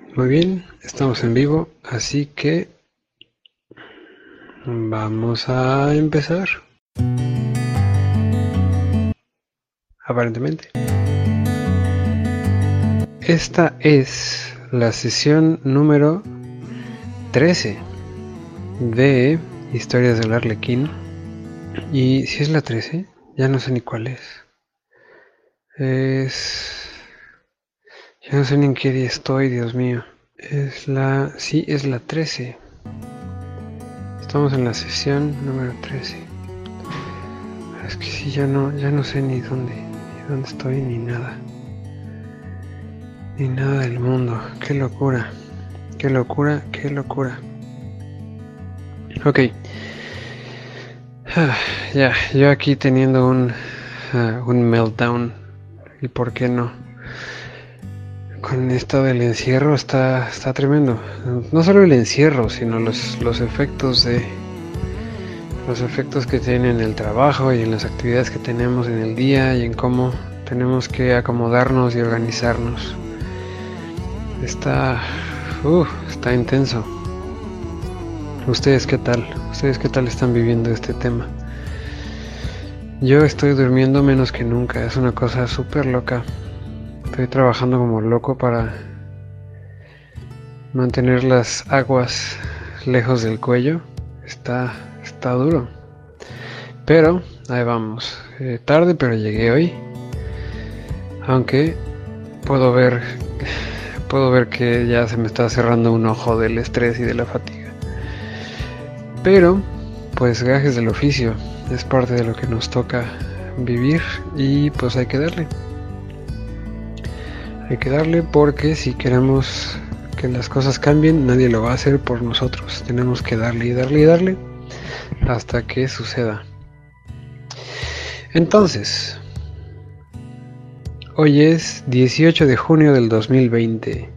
Muy bien, estamos en vivo, así que vamos a empezar. Aparentemente. Esta es la sesión número 13 de Historias del Arlequín. Y si es la 13, ya no sé ni cuál es. Ya no sé ni en qué día estoy, Dios mío. Sí, es la 13. Estamos en la sesión número 13. Es que sí, ya no sé ni dónde estoy, ni nada. Ni nada del mundo. Qué locura. Qué locura, qué locura. Ok. Ya, yo aquí teniendo un meltdown. ¿Y por qué no? Con esto del encierro está tremendo. No solo el encierro, sino los efectos que tiene en el trabajo y en las actividades que tenemos en el día y en cómo tenemos que acomodarnos y organizarnos. Está intenso. ¿Ustedes qué tal? ¿Ustedes qué tal están viviendo este tema? Yo estoy durmiendo menos que nunca, es una cosa súper loca. Estoy trabajando como loco para mantener las aguas lejos del cuello. Está duro. Pero ahí vamos. Tarde, pero llegué hoy. Aunque puedo ver que ya se me está cerrando un ojo del estrés y de la fatiga. Pero, pues gajes del oficio. Es parte de lo que nos toca vivir y pues hay que darle. Hay que darle porque si queremos que las cosas cambien, nadie lo va a hacer por nosotros. Tenemos que darle y darle y darle hasta que suceda. Entonces, hoy es 18 de junio del 2020.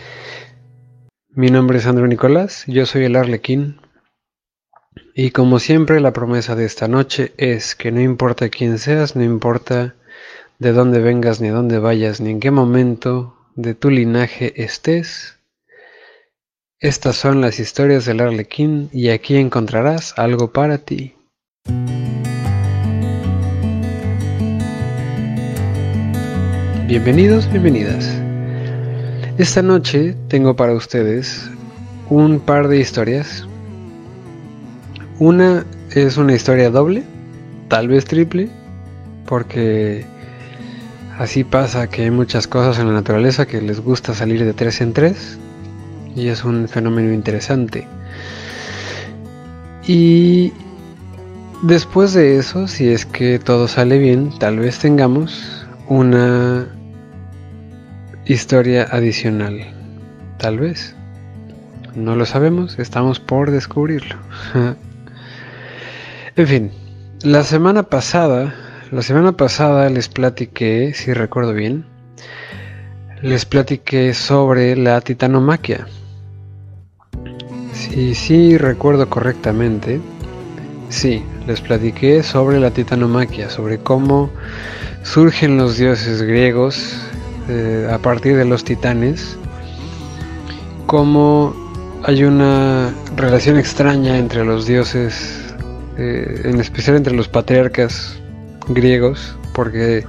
Mi nombre es Sandro Nicolás, yo soy el Arlequín. Y como siempre, la promesa de esta noche es que no importa quién seas, no importa de dónde vengas, ni a dónde vayas, ni en qué momento de tu linaje estés, estas son las historias del Arlequín y aquí encontrarás algo para ti. Bienvenidos, bienvenidas. Esta noche tengo para ustedes un par de historias. Una es una historia doble, tal vez triple, porque así pasa que hay muchas cosas en la naturaleza que les gusta salir de 3 en 3 y es un fenómeno interesante. Y después de eso, si es que todo sale bien, tal vez tengamos una historia adicional. Tal vez. No lo sabemos, estamos por descubrirlo. En fin, la semana pasada les platiqué, si recuerdo bien, les platiqué sobre la titanomaquia. Si recuerdo correctamente, sí, les platiqué sobre la titanomaquia, sobre cómo surgen los dioses griegos a partir de los titanes, cómo hay una relación extraña entre los dioses, en especial entre los patriarcas griegos, porque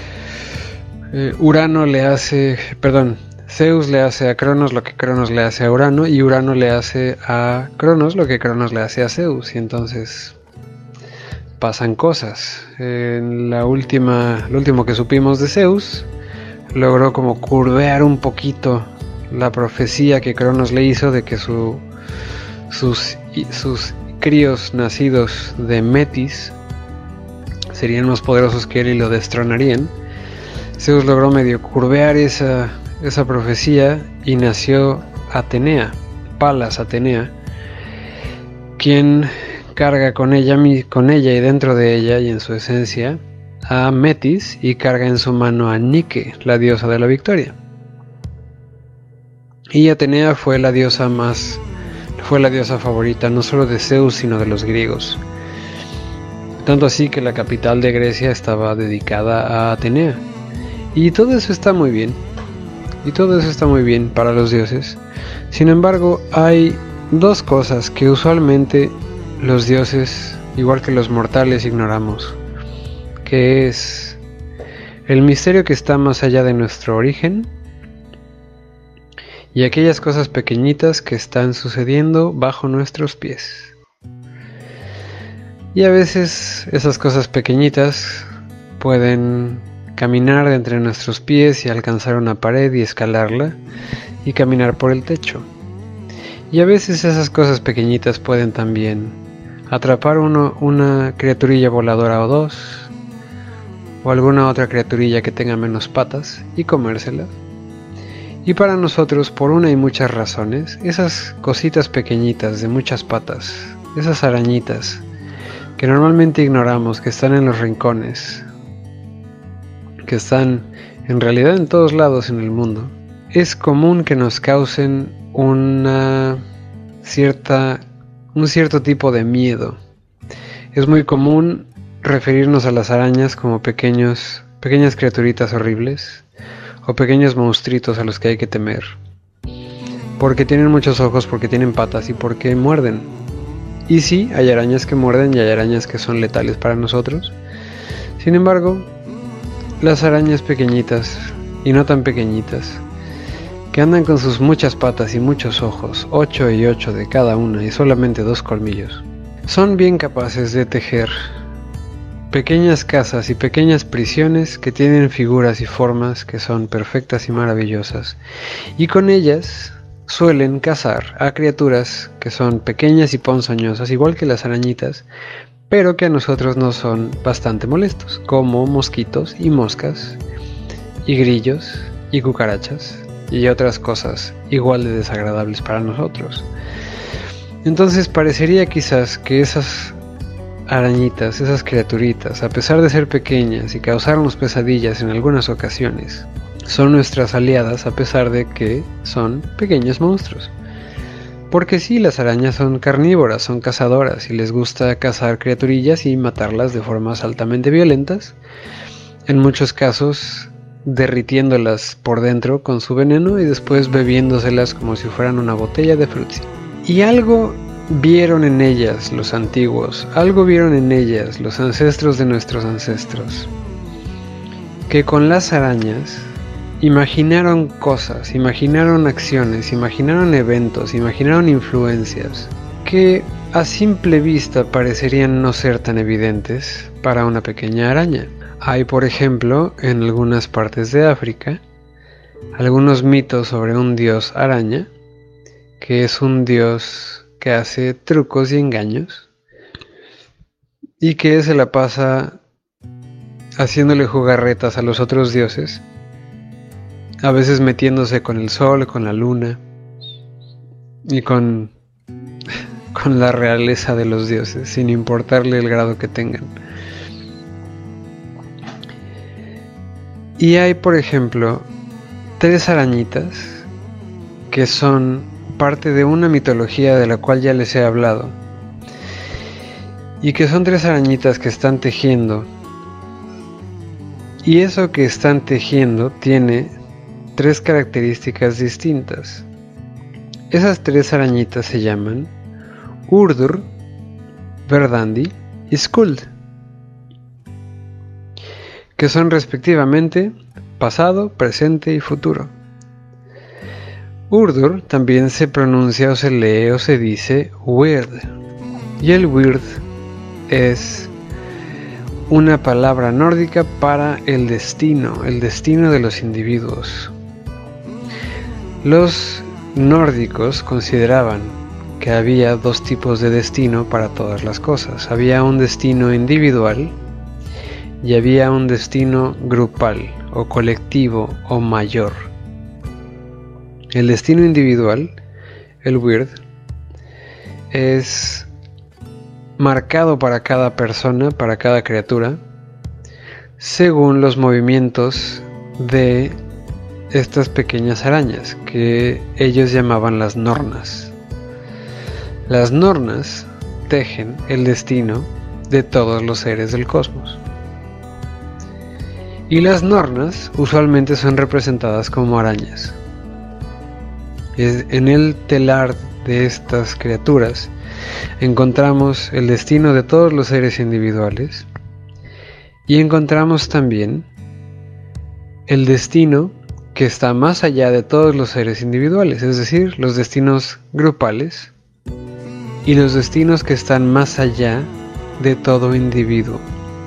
Zeus le hace a Cronos lo que Cronos le hace a Urano, y Urano le hace a Cronos lo que Cronos le hace a Zeus, y entonces pasan cosas. Lo último que supimos de Zeus, logró como curvear un poquito la profecía que Cronos le hizo de que sus críos nacidos de Metis serían más poderosos que él y lo destronarían. Zeus logró medio curvear esa profecía y nació Atenea, Palas Atenea, quien carga con ella y dentro de ella y en su esencia a Metis y carga en su mano a Nike, la diosa de la victoria. Y Atenea fue la diosa favorita no solo de Zeus sino de los griegos. Tanto así que la capital de Grecia estaba dedicada a Atenea. Y todo eso está muy bien. y todo eso está muy bien para los dioses. Sin embargo, hay dos cosas que usualmente los dioses, igual que los mortales, ignoramos, que es el misterio que está más allá de nuestro origen y aquellas cosas pequeñitas que están sucediendo bajo nuestros pies. Y a veces esas cosas pequeñitas pueden caminar entre nuestros pies y alcanzar una pared y escalarla y caminar por el techo. Y a veces esas cosas pequeñitas pueden también atrapar una criaturilla voladora o dos, o alguna otra criaturilla que tenga menos patas y comérsela. Y para nosotros, por una y muchas razones, esas cositas pequeñitas de muchas patas, esas arañitas que normalmente ignoramos, que están en los rincones, que están en realidad en todos lados en el mundo, es común que nos causen un cierto tipo de miedo. Es muy común referirnos a las arañas como pequeñas criaturitas horribles o pequeños monstruitos a los que hay que temer, porque tienen muchos ojos, porque tienen patas y porque muerden. Y sí, hay arañas que muerden y hay arañas que son letales para nosotros. Sin embargo, las arañas pequeñitas y no tan pequeñitas, que andan con sus muchas patas y muchos ojos, 8 y 8 de cada una y solamente 2 colmillos, son bien capaces de tejer pequeñas casas y pequeñas prisiones que tienen figuras y formas que son perfectas y maravillosas, y con ellas suelen cazar a criaturas que son pequeñas y ponzoñosas, igual que las arañitas, pero que a nosotros nos son bastante molestos, como mosquitos y moscas, y grillos y cucarachas, y otras cosas igual de desagradables para nosotros. Entonces parecería quizás que esas arañitas, esas criaturitas, a pesar de ser pequeñas y causarnos pesadillas en algunas ocasiones, son nuestras aliadas a pesar de que son pequeños monstruos. Porque sí, las arañas son carnívoras, son cazadoras y les gusta cazar criaturillas y matarlas de formas altamente violentas, en muchos casos derritiéndolas por dentro con su veneno y después bebiéndoselas como si fueran una botella de Fruitsy. Y algo vieron en ellas los antiguos, algo vieron en ellas los ancestros de nuestros ancestros, que con las arañas imaginaron cosas, imaginaron acciones, imaginaron eventos, imaginaron influencias que a simple vista parecerían no ser tan evidentes para una pequeña araña. Hay, por ejemplo, en algunas partes de África, algunos mitos sobre un dios araña, que es un dios que hace trucos y engaños, y que se la pasa haciéndole jugarretas a los otros dioses, a veces metiéndose con el sol, con la luna y con la realeza de los dioses, sin importarle el grado que tengan. Y hay, por ejemplo, 3 arañitas que son parte de una mitología de la cual ya les he hablado, y que son 3 arañitas que están tejiendo, y eso que están tejiendo tiene 3 características distintas. Esas 3 arañitas se llaman Urdur, Verdandi y Skuld, que son respectivamente pasado, presente y futuro. Urdur también se pronuncia o se lee o se dice Weird, y el Weird es una palabra nórdica para el destino de los individuos. Los nórdicos consideraban que había 2 tipos de destino para todas las cosas. Había un destino individual y había un destino grupal o colectivo o mayor. El destino individual, el Weird, es marcado para cada persona, para cada criatura, según los movimientos de estas pequeñas arañas que ellos llamaban las nornas. Las nornas tejen el destino de todos los seres del cosmos. Y las Nornas usualmente son representadas como arañas. En el telar de estas criaturas encontramos el destino de todos los seres individuales y encontramos también el destino que está más allá de todos los seres individuales, es decir, los destinos grupales y los destinos que están más allá de todo individuo.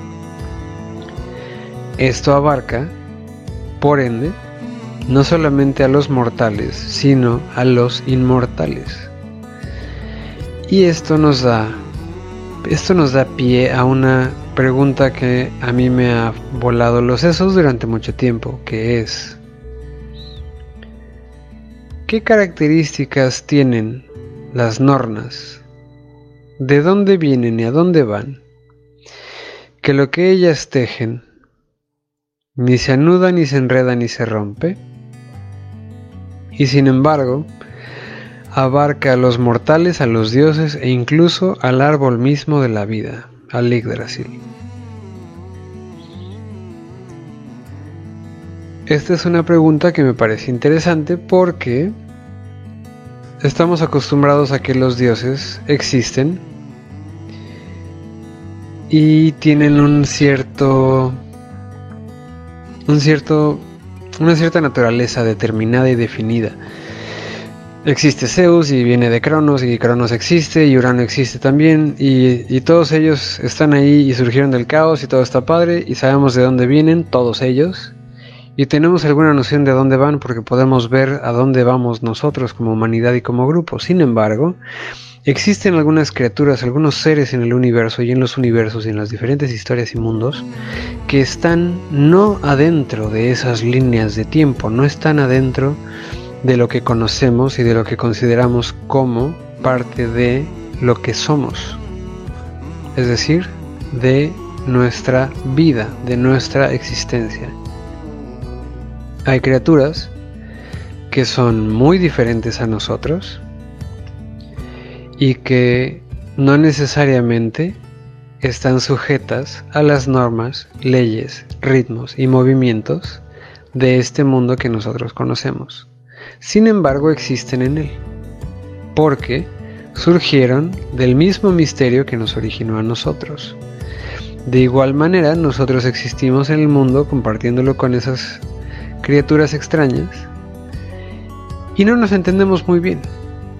Esto abarca, por ende, no solamente a los mortales, sino a los inmortales. Y esto nos da pie a una pregunta que a mí me ha volado los sesos durante mucho tiempo, que es: ¿qué características tienen las Nornas? ¿De dónde vienen y a dónde van? Que lo que ellas tejen ni se anuda, ni se enreda, ni se rompe, y sin embargo abarca a los mortales, a los dioses e incluso al árbol mismo de la vida, al Yggdrasil. Esta es una pregunta que me parece interesante porque estamos acostumbrados a que los dioses existen y tienen una cierta naturaleza determinada y definida. Existe Zeus y viene de Cronos, y Cronos existe y Urano existe también, y todos ellos están ahí y surgieron del caos y todo está padre y sabemos de dónde vienen todos ellos y tenemos alguna noción de dónde van porque podemos ver a dónde vamos nosotros como humanidad y como grupo. Sin embargo, existen algunas criaturas, algunos seres en el universo y en los universos y en las diferentes historias y mundos que están no adentro de esas líneas de tiempo, no están adentro de lo que conocemos y de lo que consideramos como parte de lo que somos, es decir, de nuestra vida, de nuestra existencia. Hay criaturas que son muy diferentes a nosotros y que no necesariamente están sujetas a las normas, leyes, ritmos y movimientos de este mundo que nosotros conocemos. Sin embargo, existen en él, porque surgieron del mismo misterio que nos originó a nosotros. De igual manera, nosotros existimos en el mundo compartiéndolo con esas criaturas extrañas y no nos entendemos muy bien.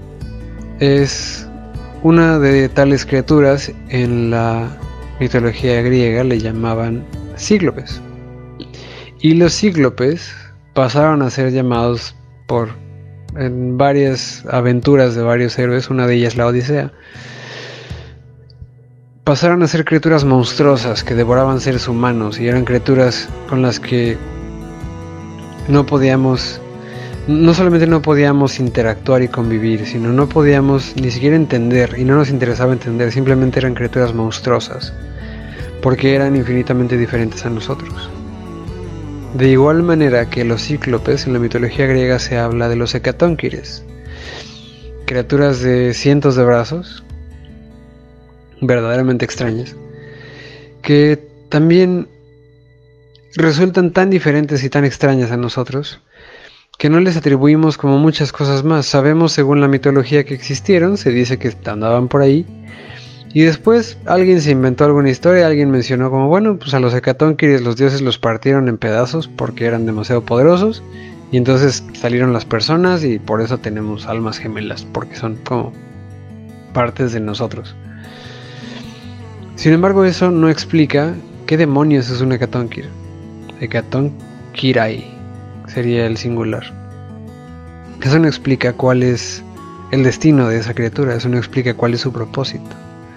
Es una de tales criaturas en la mitología griega le llamaban cíclopes. Y los cíclopes pasaron a ser llamados en varias aventuras de varios héroes, una de ellas la Odisea, pasaron a ser criaturas monstruosas que devoraban seres humanos y eran criaturas con las que no solamente no podíamos interactuar y convivir, sino no podíamos ni siquiera entender y no nos interesaba entender, simplemente eran criaturas monstruosas porque eran infinitamente diferentes a nosotros. De igual manera que los cíclopes, en la mitología griega se habla de los hecatónquires, criaturas de cientos de brazos, verdaderamente extrañas, que también resultan tan diferentes y tan extrañas a nosotros, que no les atribuimos como muchas cosas más. Sabemos según la mitología que existieron, se dice que andaban por ahí, y después alguien se inventó alguna historia, alguien mencionó como, bueno, pues a los hecatónquires los dioses los partieron en pedazos porque eran demasiado poderosos, y entonces salieron las personas y por eso tenemos almas gemelas, porque son como partes de nosotros. Sin embargo, eso no explica qué demonios es un hecatónquir. Hecatónquirai sería el singular. Eso no explica cuál es el destino de esa criatura, eso no explica cuál es su propósito.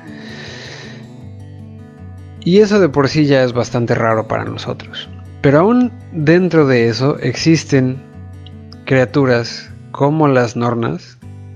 Y eso de por sí ya es bastante raro para nosotros. Pero aún dentro de eso existen criaturas como las Nornas,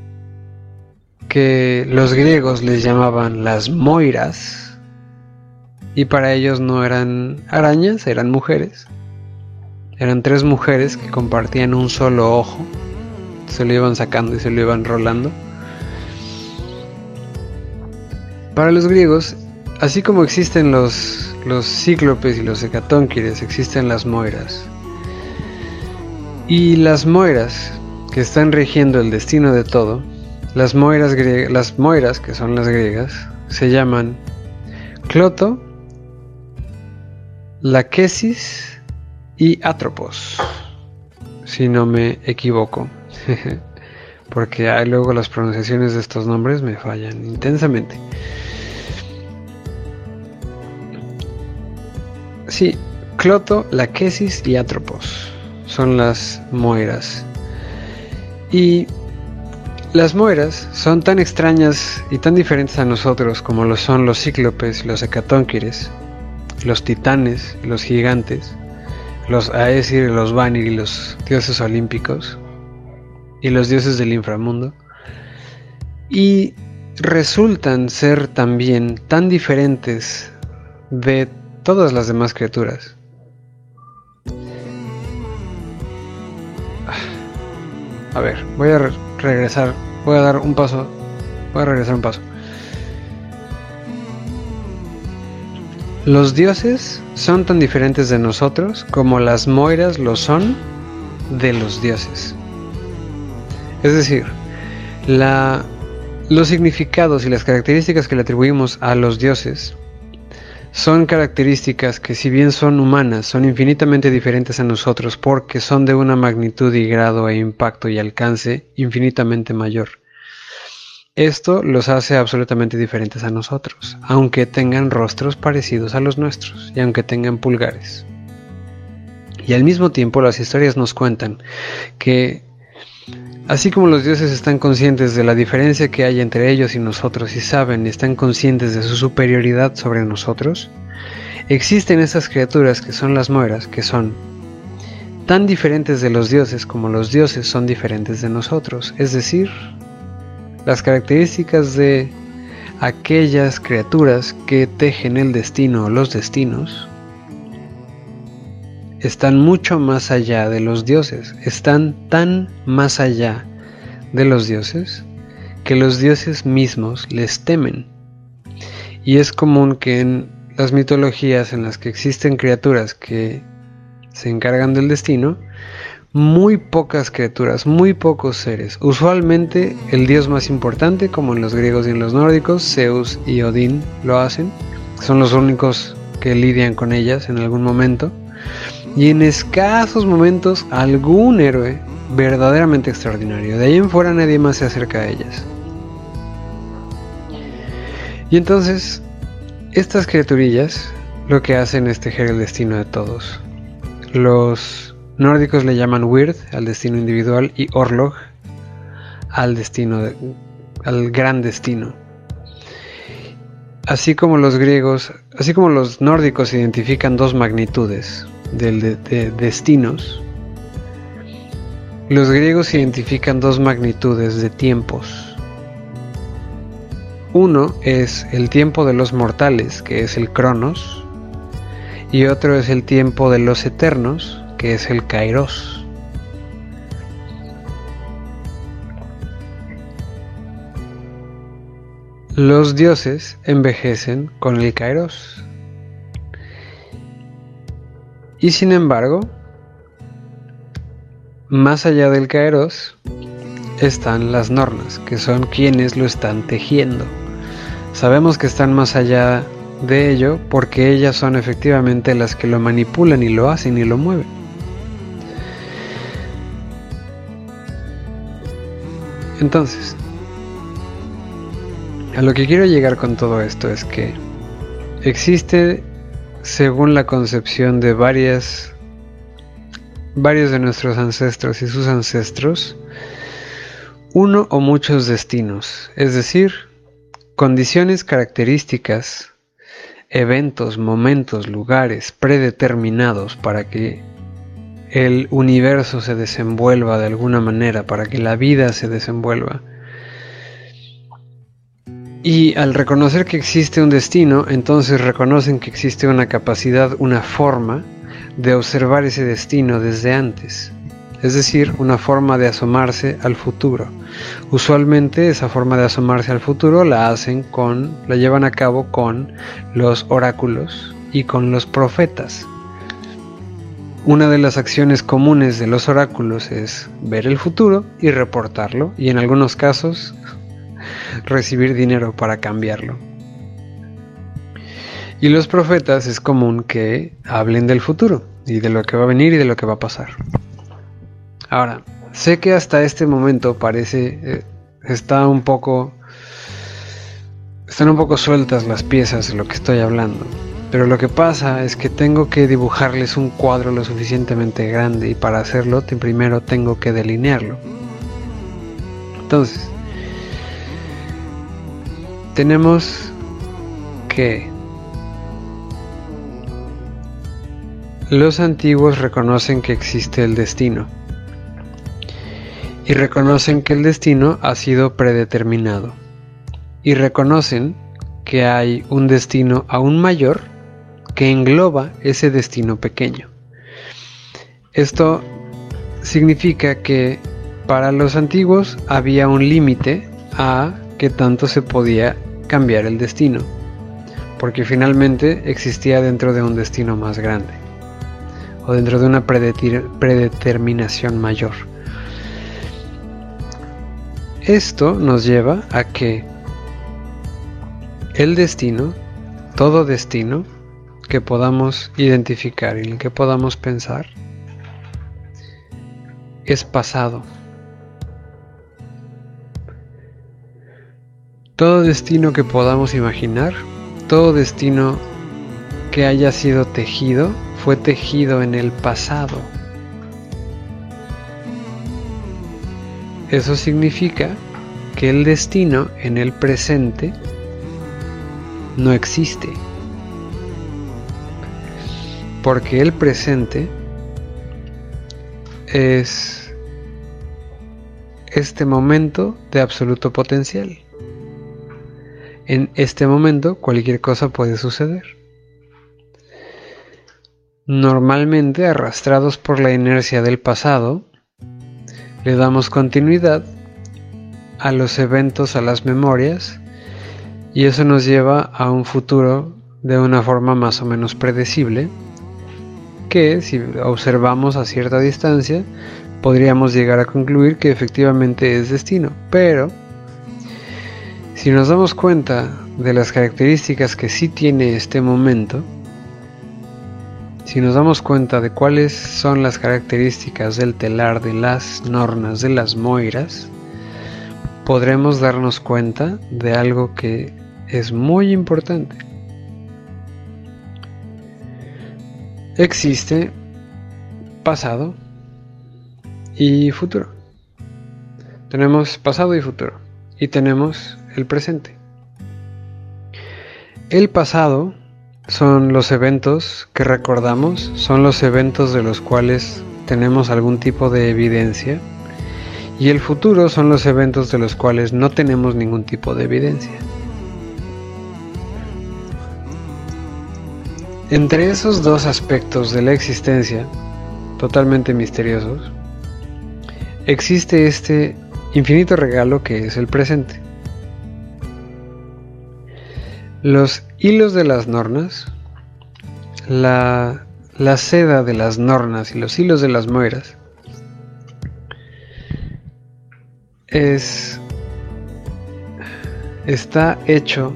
que los griegos les llamaban las Moiras, y para ellos no eran arañas, eran mujeres. Eran 3 mujeres que compartían un solo ojo, se lo iban sacando y se lo iban rolando. Para los griegos, así como existen los los cíclopes y los hecatónquires existen las moiras. Y las moiras que están rigiendo el destino de todo, las moiras, que son las griegas, se llaman Cloto, Lachesis y Atropos, si no me equivoco. Porque luego las pronunciaciones de estos nombres me fallan intensamente. Sí, Cloto, Lachesis y Atropos son las moiras. Y las moiras son tan extrañas y tan diferentes a nosotros como lo son los cíclopes, los hecatónquires, los titanes, los gigantes, los Aesir, los Vanir y los dioses olímpicos y los dioses del inframundo. Y resultan ser también tan diferentes de todas las demás criaturas. A ver, voy a regresar un paso. Los dioses son tan diferentes de nosotros como las moiras lo son de los dioses. Es decir, los significados y las características que le atribuimos a los dioses son características que, si bien son humanas, son infinitamente diferentes a nosotros porque son de una magnitud y grado e impacto y alcance infinitamente mayor. Esto los hace absolutamente diferentes a nosotros, aunque tengan rostros parecidos a los nuestros y aunque tengan pulgares. Y al mismo tiempo las historias nos cuentan que, así como los dioses están conscientes de la diferencia que hay entre ellos y nosotros y saben y están conscientes de su superioridad sobre nosotros, existen esas criaturas que son las moiras, que son tan diferentes de los dioses como los dioses son diferentes de nosotros. Es decir, las características de aquellas criaturas que tejen el destino o los destinos están mucho más allá de los dioses, están tan más allá de los dioses que los dioses mismos les temen. Y es común que en las mitologías en las que existen criaturas que se encargan del destino, muy pocas criaturas, muy pocos seres, usualmente el dios más importante, como en los griegos y en los nórdicos, Zeus y Odín lo hacen, son los únicos que lidian con ellas en algún momento. Y en escasos momentos algún héroe verdaderamente extraordinario. De ahí en fuera nadie más se acerca a ellas. Y entonces estas criaturillas lo que hacen es tejer el destino de todos. Los nórdicos le llaman Weird al destino individual y Orlog al gran destino. Así como los nórdicos identifican dos magnitudes de destinos, los griegos identifican dos magnitudes de tiempos. Uno es el tiempo de los mortales, que es el Cronos, y otro es el tiempo de los eternos, que es el Kairos. Los dioses envejecen con el Kairos. Y sin embargo, más allá del Kairos están las Nornas, que son quienes lo están tejiendo. Sabemos que están más allá de ello porque ellas son efectivamente las que lo manipulan y lo hacen y lo mueven. Entonces, a lo que quiero llegar con todo esto es que existe, según la concepción de varios de nuestros ancestros y sus ancestros, uno o muchos destinos, es decir, condiciones, características, eventos, momentos, lugares predeterminados para que el universo se desenvuelva de alguna manera, para que la vida se desenvuelva. Y al reconocer que existe un destino, entonces reconocen que existe una capacidad, una forma de observar ese destino desde antes. Es decir, una forma de asomarse al futuro. Usualmente esa forma de asomarse al futuro la llevan a cabo con los oráculos y con los profetas. Una de las acciones comunes de los oráculos es ver el futuro y reportarlo, y en algunos casos recibir dinero para cambiarlo. Y los profetas es común que hablen del futuro y de lo que va a venir y de lo que va a pasar. Ahora, sé que hasta este momento están un poco sueltas las piezas de lo que estoy hablando, pero lo que pasa es que tengo que dibujarles un cuadro lo suficientemente grande, y para hacerlo primero tengo que delinearlo. Entonces, tenemos que los antiguos reconocen que existe el destino y reconocen que el destino ha sido predeterminado, y reconocen que hay un destino aún mayor que engloba ese destino pequeño. Esto significa que para los antiguos había un límite a qué tanto se podía cambiar el destino, porque finalmente existía dentro de un destino más grande, o dentro de una predeterminación mayor. Esto nos lleva a que el destino, todo destino que podamos identificar y en el que podamos pensar, es pasado. Todo destino que podamos imaginar, todo destino que haya sido tejido, fue tejido en el pasado. Eso significa que el destino en el presente no existe, porque el presente es este momento de absoluto potencial. En este momento cualquier cosa puede suceder. Normalmente, arrastrados por la inercia del pasado, le damos continuidad a los eventos, a las memorias, y eso nos lleva a un futuro de una forma más o menos predecible, que si observamos a cierta distancia podríamos llegar a concluir que efectivamente es destino. Pero si nos damos cuenta de las características que sí tiene este momento, si nos damos cuenta de cuáles son las características del telar, de las nornas, de las moiras, podremos darnos cuenta de algo que es muy importante. Existe pasado y futuro. Tenemos pasado y futuro, y tenemos el presente. El pasado son los eventos que recordamos, son los eventos de los cuales tenemos algún tipo de evidencia, y el futuro son los eventos de los cuales no tenemos ningún tipo de evidencia. Entre esos dos aspectos de la existencia, totalmente misteriosos, existe este infinito regalo que es el presente. Los hilos de las nornas, la seda de las nornas y los hilos de las moiras está hecho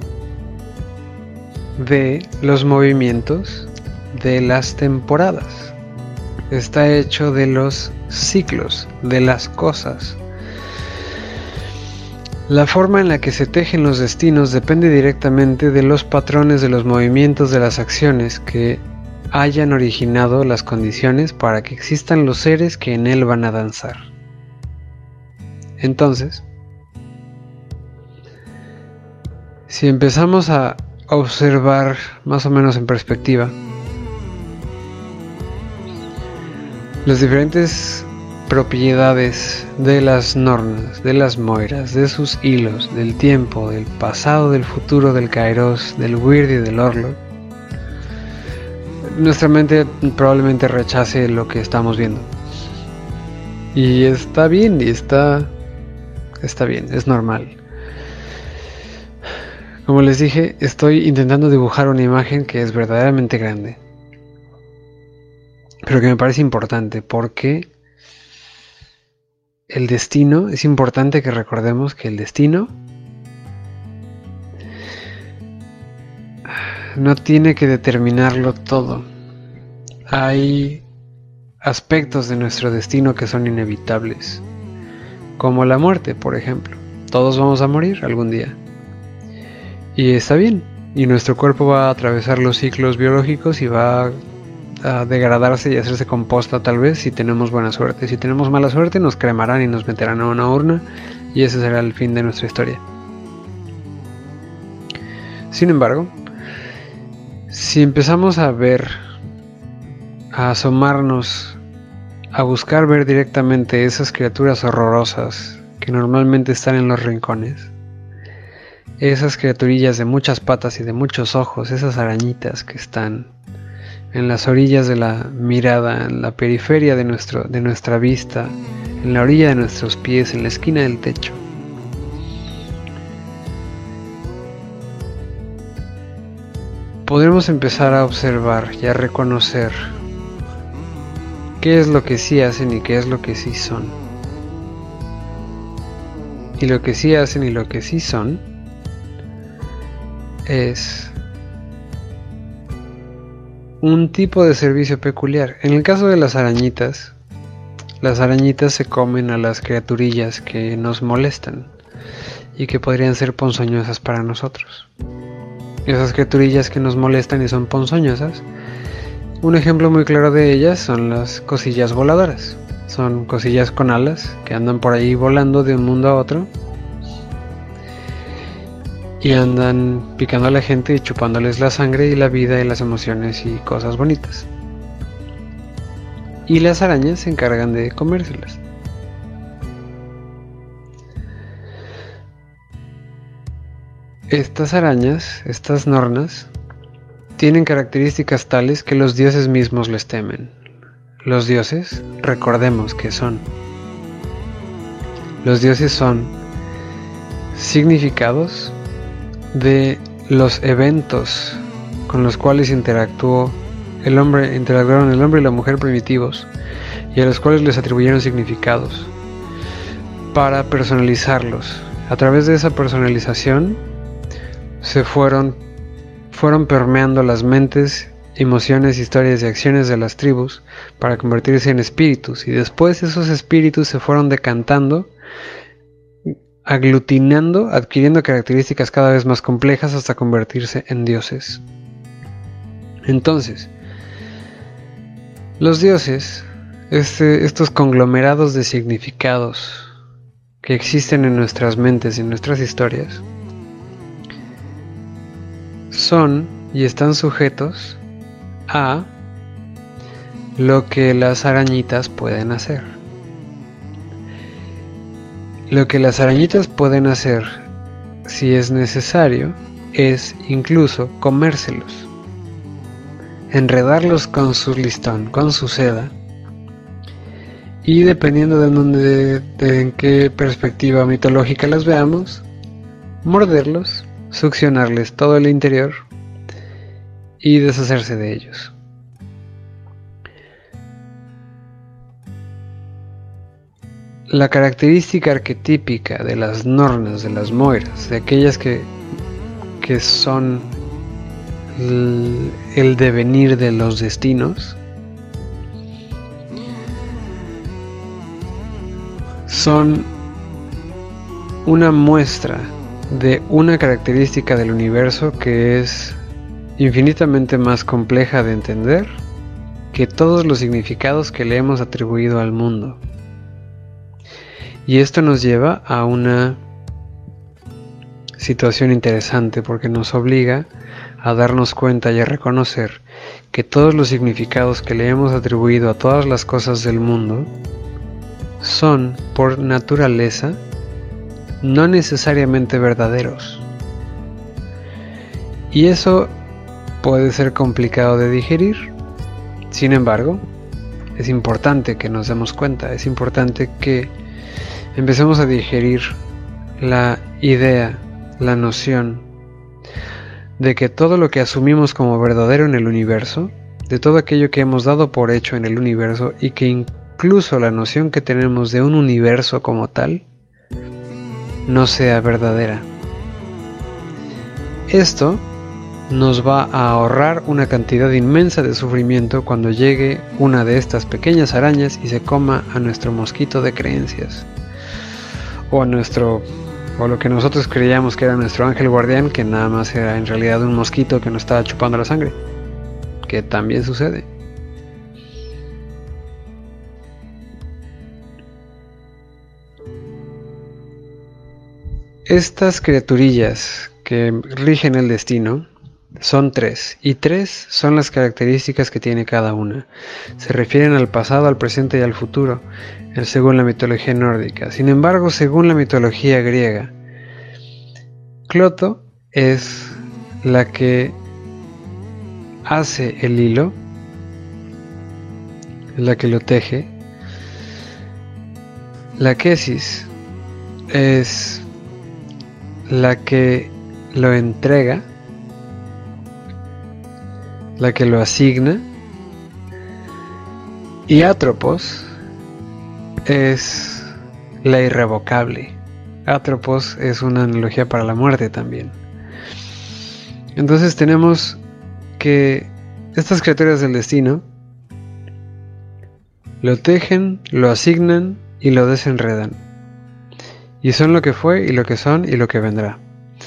de los movimientos de las temporadas, está hecho de los ciclos, de las cosas. La forma en la que se tejen los destinos depende directamente de los patrones de los movimientos de las acciones que hayan originado las condiciones para que existan los seres que en él van a danzar. Entonces, si empezamos a observar más o menos en perspectiva las diferentes propiedades de las nornas, de las moiras, de sus hilos, del tiempo, del pasado, del futuro, del kairos, del weird y del orlog, nuestra mente probablemente rechace lo que estamos viendo. Y está bien, es normal. Como les dije, estoy intentando dibujar una imagen que es verdaderamente grande, pero que me parece importante porque el destino, es importante que recordemos que el destino no tiene que determinarlo todo. Hay aspectos de nuestro destino que son inevitables, como la muerte, por ejemplo. Todos vamos a morir algún día. Y está bien, y nuestro cuerpo va a atravesar los ciclos biológicos y va a degradarse y hacerse composta tal vez si tenemos buena suerte. Si tenemos mala suerte nos cremarán y nos meterán a una urna y ese será el fin de nuestra historia. Sin embargo, si empezamos a ver, a asomarnos, a buscar ver directamente esas criaturas horrorosas que normalmente están en los rincones, esas criaturillas de muchas patas y de muchos ojos, esas arañitas que están en las orillas de la mirada, en la periferia de nuestra vista, en la orilla de nuestros pies, en la esquina del techo. Podremos empezar a observar y a reconocer qué es lo que sí hacen y qué es lo que sí son. Y lo que sí hacen y lo que sí son es un tipo de servicio peculiar. En el caso de las arañitas se comen a las criaturillas que nos molestan y que podrían ser ponzoñosas para nosotros. Esas criaturillas que nos molestan y son ponzoñosas, un ejemplo muy claro de ellas son las cosillas voladoras. Son cosillas con alas que andan por ahí volando de un mundo a otro y andan picando a la gente y chupándoles la sangre y la vida y las emociones y cosas bonitas. Y las arañas se encargan de comérselas. Estas arañas, estas nornas, tienen características tales que los dioses mismos les temen. Los dioses, recordemos que son. Los dioses son significados de los eventos con los cuales interactuaron el hombre y la mujer primitivos y a los cuales les atribuyeron significados para personalizarlos. A través de esa personalización se fueron permeando las mentes, emociones, historias y acciones de las tribus para convertirse en espíritus, y después esos espíritus se fueron decantando, aglutinando, adquiriendo características cada vez más complejas hasta convertirse en dioses. Entonces, los dioses, estos conglomerados de significados que existen en nuestras mentes y en nuestras historias, son y están sujetos a lo que las arañitas pueden hacer. Lo que las arañitas pueden hacer, si es necesario, es incluso comérselos, enredarlos con su listón, con su seda, y dependiendo de en qué perspectiva mitológica las veamos, morderlos, succionarles todo el interior y deshacerse de ellos. La característica arquetípica de las nornas, de las moiras, de aquellas que son el devenir de los destinos, son una muestra de una característica del universo que es infinitamente más compleja de entender que todos los significados que le hemos atribuido al mundo. Y esto nos lleva a una situación interesante porque nos obliga a darnos cuenta y a reconocer que todos los significados que le hemos atribuido a todas las cosas del mundo son, por naturaleza, no necesariamente verdaderos. Y eso puede ser complicado de digerir. Sin embargo, es importante que nos demos cuenta, es importante que empecemos a digerir la idea, la noción de que todo lo que asumimos como verdadero en el universo, de todo aquello que hemos dado por hecho en el universo y que incluso la noción que tenemos de un universo como tal, no sea verdadera. Esto nos va a ahorrar una cantidad inmensa de sufrimiento cuando llegue una de estas pequeñas arañas y se coma a nuestro mosquito de creencias, o lo que nosotros creíamos que era nuestro ángel guardián, que nada más era en realidad un mosquito que nos estaba chupando la sangre, que también sucede. Estas criaturillas que rigen el destino son 3, y 3 son las características que tiene cada una. Se refieren al pasado, al presente y al futuro, según la mitología nórdica. Sin embargo, según la mitología griega, Cloto es la que hace el hilo, la que lo teje. La Quesis es la que lo entrega, la que lo asigna, y Atropos es la irrevocable. Atropos es una analogía para la muerte también. Entonces tenemos que estas criaturas del destino lo tejen, lo asignan y lo desenredan. Y son lo que fue y lo que son y lo que vendrá.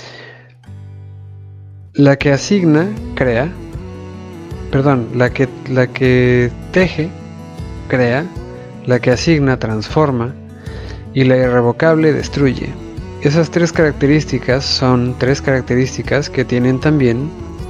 La que asigna, crea. La que teje, crea. La que asigna, transforma. Y la irrevocable, destruye. Esas 3 características son 3 características que tienen también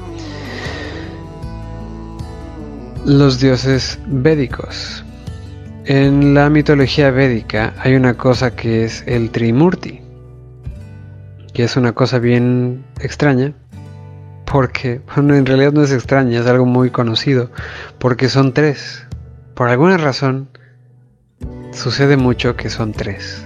los dioses védicos. En la mitología védica hay una cosa que es el Trimurti, que es una cosa bien extraña, porque, bueno, en realidad no es extraña, es algo muy conocido, porque son 3. Por alguna razón, sucede mucho que son 3.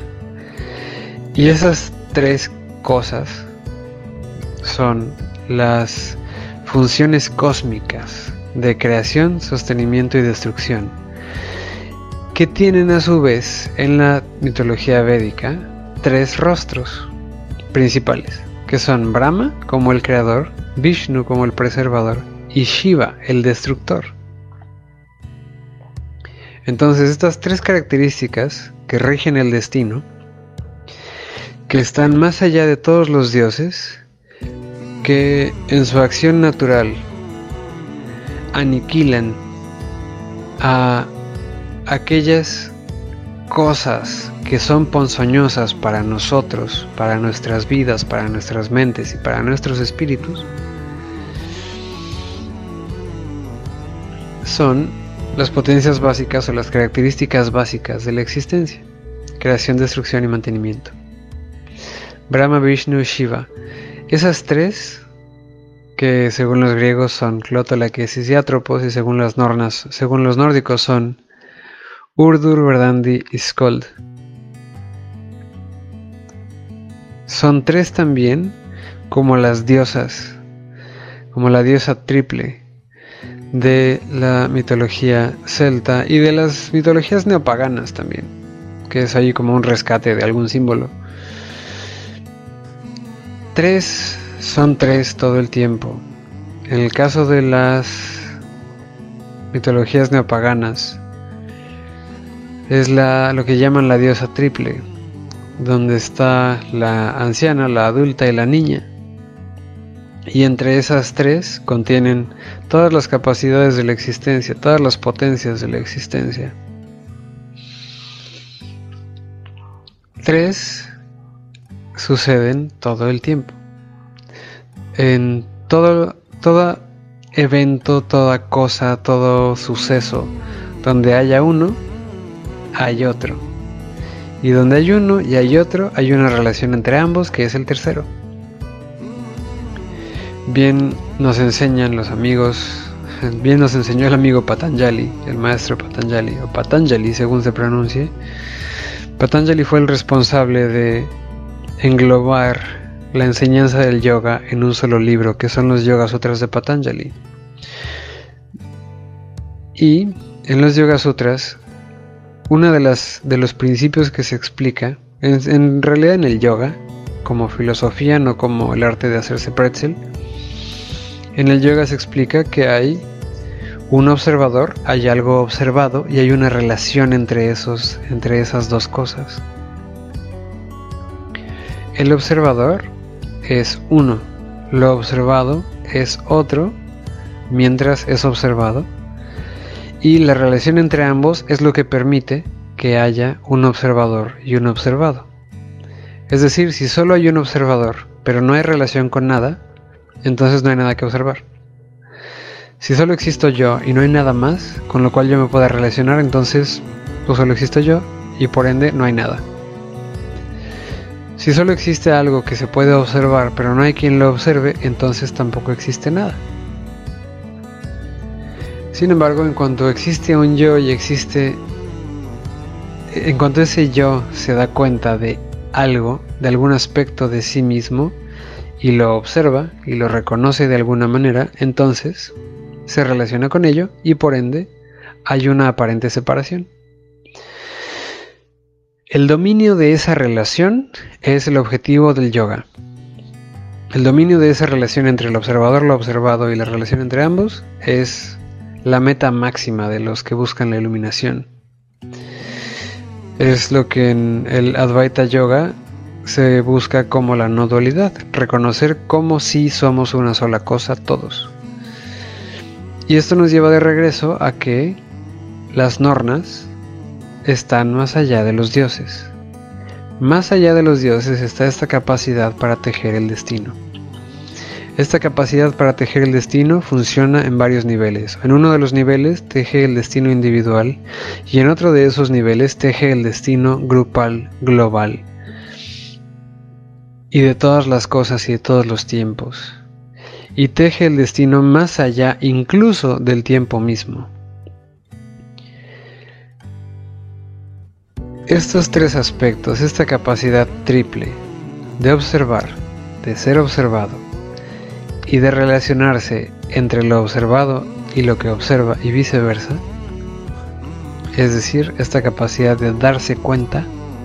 Y esas 3 cosas son las funciones cósmicas de creación, sostenimiento y destrucción, que tienen a su vez en la mitología védica 3 rostros principales, que son Brahma como el creador, Vishnu como el preservador y Shiva el destructor. Entonces estas 3 características que rigen el destino, que están más allá de todos los dioses, que en su acción natural aniquilan a aquellas cosas que son ponzoñosas para nosotros, para nuestras vidas, para nuestras mentes y para nuestros espíritus, son las potencias básicas o las características básicas de la existencia: creación, destrucción y mantenimiento. Brahma, Vishnu, Shiva. Esas 3, que según los griegos son Cloto, la Quesis y Atropos, y según los nórdicos son Urdur, Verdandi y Skuld. Son 3 también como las diosas, como la diosa triple de la mitología celta y de las mitologías neopaganas también, que es ahí como un rescate de algún símbolo. 3 son 3 todo el tiempo. En el caso de las mitologías neopaganas, es lo que llaman la diosa triple, donde está la anciana, la adulta y la niña. Y entre esas 3 contienen todas las capacidades de la existencia, todas las potencias de la existencia. 3 suceden todo el tiempo. En todo evento, toda cosa, todo suceso, donde haya uno, hay otro. Y donde hay uno y hay otro, hay una relación entre ambos, que es el tercero. Bien nos enseñan los amigos, bien nos enseñó el amigo Patanjali, el maestro Patanjali, o Patanjali según se pronuncie. Patanjali fue el responsable de englobar la enseñanza del yoga en un solo libro, que son los Yoga Sutras de Patanjali. Y en los Yoga Sutras, uno de los principios que se explica, en realidad en el yoga, como filosofía, no como el arte de hacerse pretzel, en el yoga se explica que hay un observador, hay algo observado y hay una relación entre esas dos cosas. El observador es uno, lo observado es otro, mientras es observado, y la relación entre ambos es lo que permite que haya un observador y un observado. Es decir, si solo hay un observador, pero no hay relación con nada, entonces no hay nada que observar. Si solo existo yo y no hay nada más con lo cual yo me pueda relacionar, entonces pues solo existo yo y por ende no hay nada. Si solo existe algo que se puede observar pero no hay quien lo observe, entonces tampoco existe nada. Sin embargo, en cuanto existe un yo y en cuanto ese yo se da cuenta de algo, de algún aspecto de sí mismo, y lo observa y lo reconoce de alguna manera, entonces se relaciona con ello y por ende hay una aparente separación. El dominio de esa relación es el objetivo del yoga. El dominio de esa relación entre el observador, lo observado y la relación entre ambos es la meta máxima de los que buscan la iluminación. Es lo que en el Advaita Yoga se busca como la no dualidad, reconocer cómo sí somos una sola cosa todos. Y esto nos lleva de regreso a que las nornas están más allá de los dioses. Más allá de los dioses está esta capacidad para tejer el destino. Esta capacidad para tejer el destino funciona en varios niveles. En uno de los niveles teje el destino individual y en otro de esos niveles teje el destino grupal, global. Y de todas las cosas y de todos los tiempos. Y teje el destino más allá incluso del tiempo mismo. Estos tres aspectos, esta capacidad triple de observar, de ser observado y de relacionarse entre lo observado y lo que observa y viceversa, es decir, esta capacidad de darse cuenta,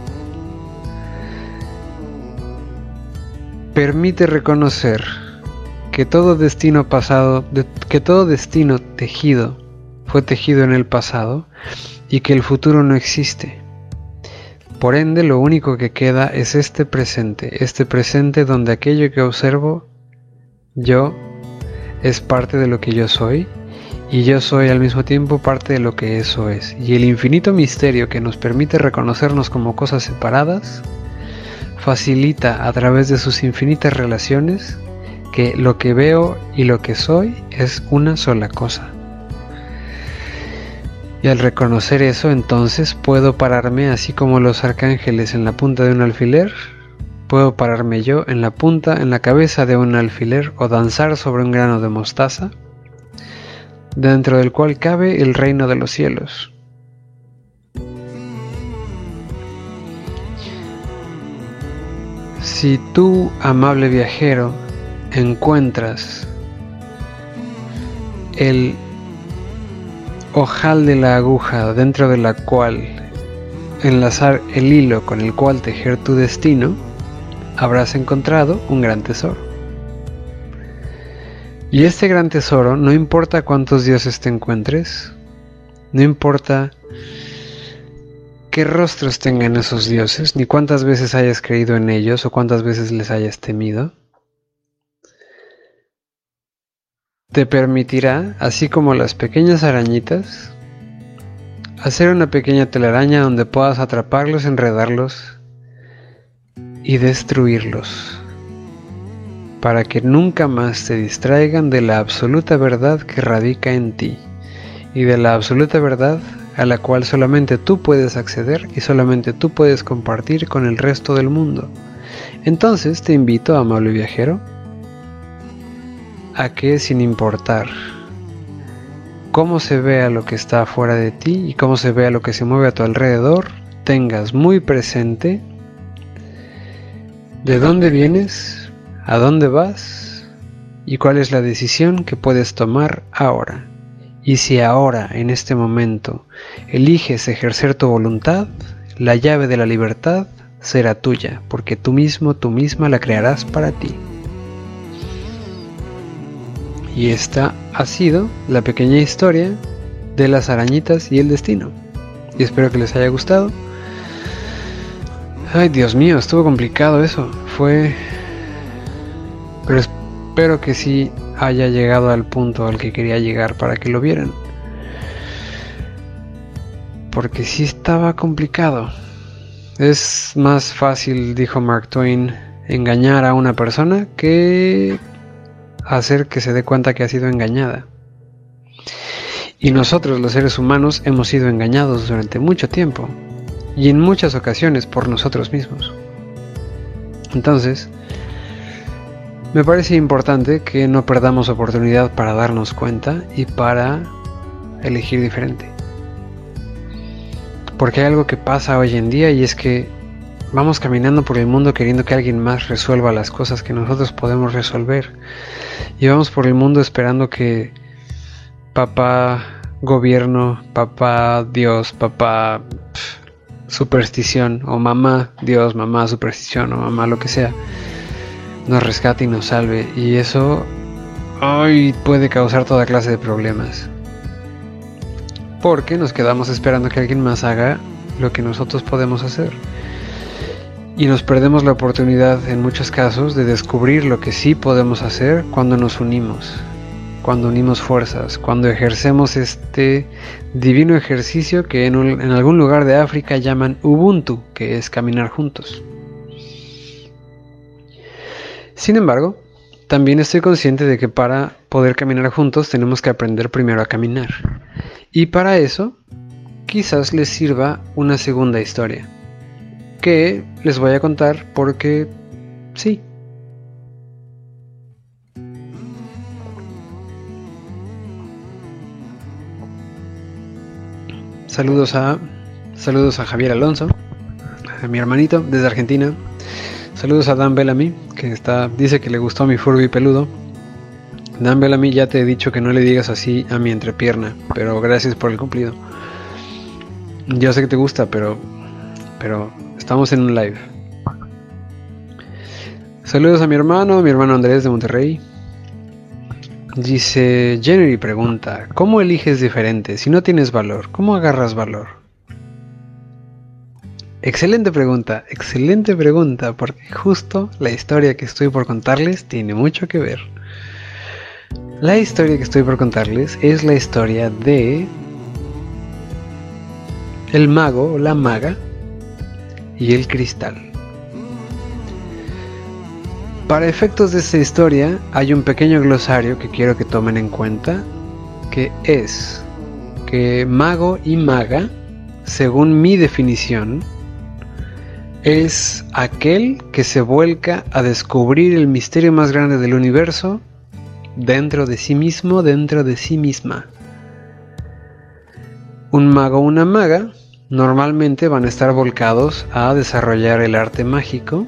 permite reconocer que todo destino pasado, que todo destino tejido fue tejido en el pasado y que el futuro no existe. Por ende, lo único que queda es este presente donde aquello que observo yo es parte de lo que yo soy y yo soy al mismo tiempo parte de lo que eso es. Y el infinito misterio que nos permite reconocernos como cosas separadas facilita a través de sus infinitas relaciones que lo que veo y lo que soy es una sola cosa. Y al reconocer eso, entonces puedo pararme así como los arcángeles en la punta de un alfiler. Puedo pararme yo en la cabeza de un alfiler o danzar sobre un grano de mostaza, dentro del cual cabe el reino de los cielos. Si tú, amable viajero, encuentras el ojal de la aguja dentro de la cual enlazar el hilo con el cual tejer tu destino, habrás encontrado un gran tesoro. Y este gran tesoro, no importa cuántos dioses te encuentres, no importa qué rostros tengan esos dioses, ni cuántas veces hayas creído en ellos o cuántas veces les hayas temido, te permitirá, así como las pequeñas arañitas, hacer una pequeña telaraña donde puedas atraparlos, enredarlos y destruirlos, para que nunca más te distraigan de la absoluta verdad que radica en ti, y de la absoluta verdad a la cual solamente tú puedes acceder y solamente tú puedes compartir con el resto del mundo. Entonces te invito, amable viajero, a que sin importar cómo se vea lo que está afuera de ti y cómo se vea lo que se mueve a tu alrededor, tengas muy presente de dónde vienes, ¿A dónde vas? ¿Y cuál es la decisión que puedes tomar ahora? Y si ahora, en este momento, eliges ejercer tu voluntad, la llave de la libertad será tuya, porque tú mismo, tú misma la crearás para ti. Y esta ha sido la pequeña historia de las arañitas y el destino. Y espero que les haya gustado. Ay, Dios mío, estuvo complicado eso. Pero espero que sí haya llegado al punto al que quería llegar para que lo vieran. Porque sí estaba complicado. Es más fácil, dijo Mark Twain, engañar a una persona que hacer que se dé cuenta que ha sido engañada. Y nosotros, los seres humanos, hemos sido engañados durante mucho tiempo y en muchas ocasiones por nosotros mismos. Entonces, me parece importante que no perdamos oportunidad para darnos cuenta y para elegir diferente. Porque hay algo que pasa hoy en día y es que vamos caminando por el mundo queriendo que alguien más resuelva las cosas que nosotros podemos resolver. Y vamos por el mundo esperando que papá gobierno, papá Dios, papá superstición, o mamá Dios, mamá superstición, o mamá lo que sea, nos rescate y nos salve. Y eso hoy puede causar toda clase de problemas. Porque nos quedamos esperando que alguien más haga lo que nosotros podemos hacer. Y nos perdemos la oportunidad en muchos casos de descubrir lo que sí podemos hacer cuando nos unimos, cuando unimos fuerzas, cuando ejercemos este divino ejercicio que en algún lugar de África llaman Ubuntu, que es caminar juntos. Sin embargo, también estoy consciente de que para poder caminar juntos tenemos que aprender primero a caminar. Y para eso, quizás les sirva una segunda historia, que les voy a contar porque sí. Saludos a Javier Alonso, a mi hermanito desde Argentina. Saludos a Dan Bellamy, que dice que le gustó mi Furby peludo. Dan Bellamy, ya te he dicho que no le digas así a mi entrepierna, pero gracias por el cumplido. Yo sé que te gusta, pero estamos en un live. Saludos a mi hermano Andrés de Monterrey. Dice Jenny, pregunta, ¿cómo eliges diferente? Si no tienes valor, ¿cómo agarras valor? Excelente pregunta, porque justo la historia que estoy por contarles tiene mucho que ver. La historia que estoy por contarles es la historia de el mago o la maga y el cristal. Para efectos de esta historia hay un pequeño glosario que quiero que tomen en cuenta, que es que mago y maga, según mi definición, es aquel que se vuelca a descubrir el misterio más grande del universo dentro de sí mismo, dentro de sí misma. Un mago o una maga normalmente van a estar volcados a desarrollar el arte mágico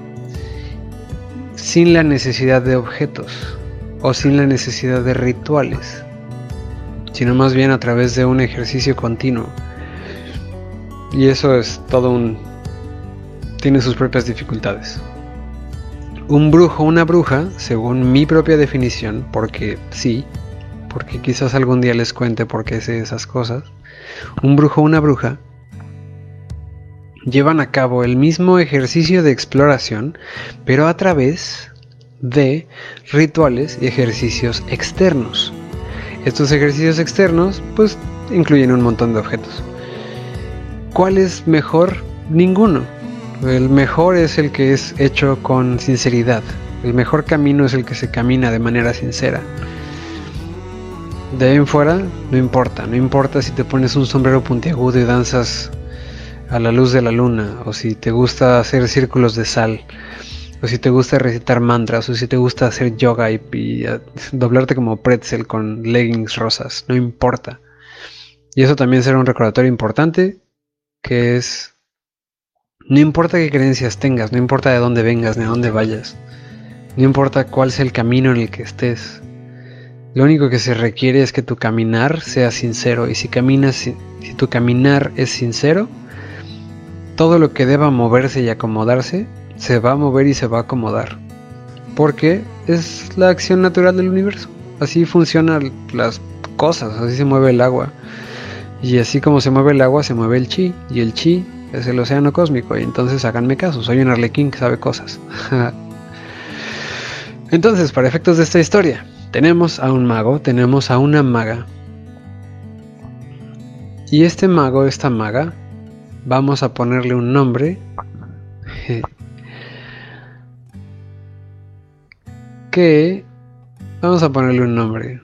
sin la necesidad de objetos o sin la necesidad de rituales, sino más bien a través de un ejercicio continuo. Y eso es tiene sus propias dificultades. Un brujo o una bruja, según mi propia definición, porque quizás algún día les cuente por qué sé esas cosas, un brujo o una bruja llevan a cabo el mismo ejercicio de exploración, pero a través de rituales y ejercicios externos. Estos ejercicios externos, pues, incluyen un montón de objetos. ¿Cuál es mejor? Ninguno. El mejor es el que es hecho con sinceridad. El mejor camino es el que se camina de manera sincera. De ahí en fuera, no importa si te pones un sombrero puntiagudo y danzas a la luz de la luna, o si te gusta hacer círculos de sal, o si te gusta recitar mantras, o si te gusta hacer yoga y doblarte como pretzel con leggings rosas, no importa. Y eso también será un recordatorio importante, que no importa qué creencias tengas, no importa de dónde vengas ni a dónde vayas, No importa cuál sea el camino en el que estés. Lo único que se requiere es que tu caminar sea sincero. Y si tu caminar es sincero, todo lo que deba moverse y acomodarse, se va a mover y se va a acomodar. Porque es la acción natural del universo. Así funcionan las cosas, así se mueve el agua. Y así como se mueve el agua, se mueve el chi. Y el chi es el océano cósmico. Y entonces háganme caso, soy un arlequín que sabe cosas. Entonces, para efectos de esta historia, tenemos a un mago, tenemos a una maga. Y este mago, esta maga, vamos a ponerle un nombre. Vamos a ponerle un nombre.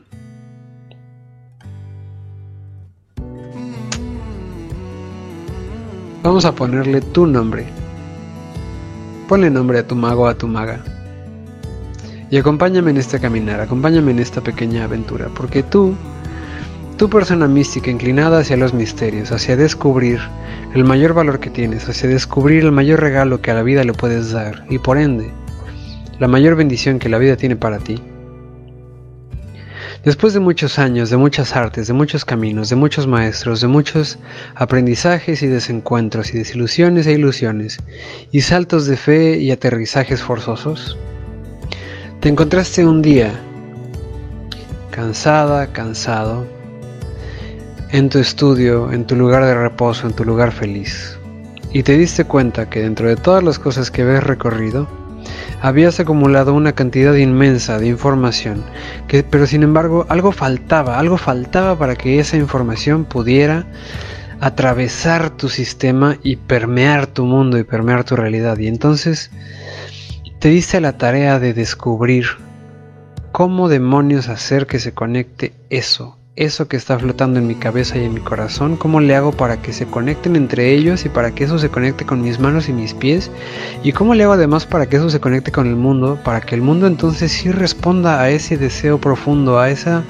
Vamos a ponerle tu nombre. Ponle nombre a tu mago o a tu maga. Y acompáñame en este caminar, acompáñame en esta pequeña aventura, porque tú persona mística inclinada hacia los misterios, hacia descubrir el mayor valor que tienes, hacia descubrir el mayor regalo que a la vida le puedes dar, y por ende, la mayor bendición que la vida tiene para ti. Después de muchos años, de muchas artes, de muchos caminos, de muchos maestros, de muchos aprendizajes y desencuentros y desilusiones e ilusiones, y saltos de fe y aterrizajes forzosos, te encontraste un día, cansada, cansado, en tu estudio, en tu lugar de reposo, en tu lugar feliz, y te diste cuenta que dentro de todas las cosas que habías recorrido, habías acumulado una cantidad inmensa de información, pero sin embargo algo faltaba para que esa información pudiera atravesar tu sistema y permear tu mundo y permear tu realidad. Y entonces te diste la tarea de descubrir cómo demonios hacer que se conecte eso que está flotando en mi cabeza y en mi corazón, cómo le hago para que se conecten entre ellos y para que eso se conecte con mis manos y mis pies, y cómo le hago además para que eso se conecte con el mundo, para que el mundo entonces sí responda a ese deseo profundo, a ese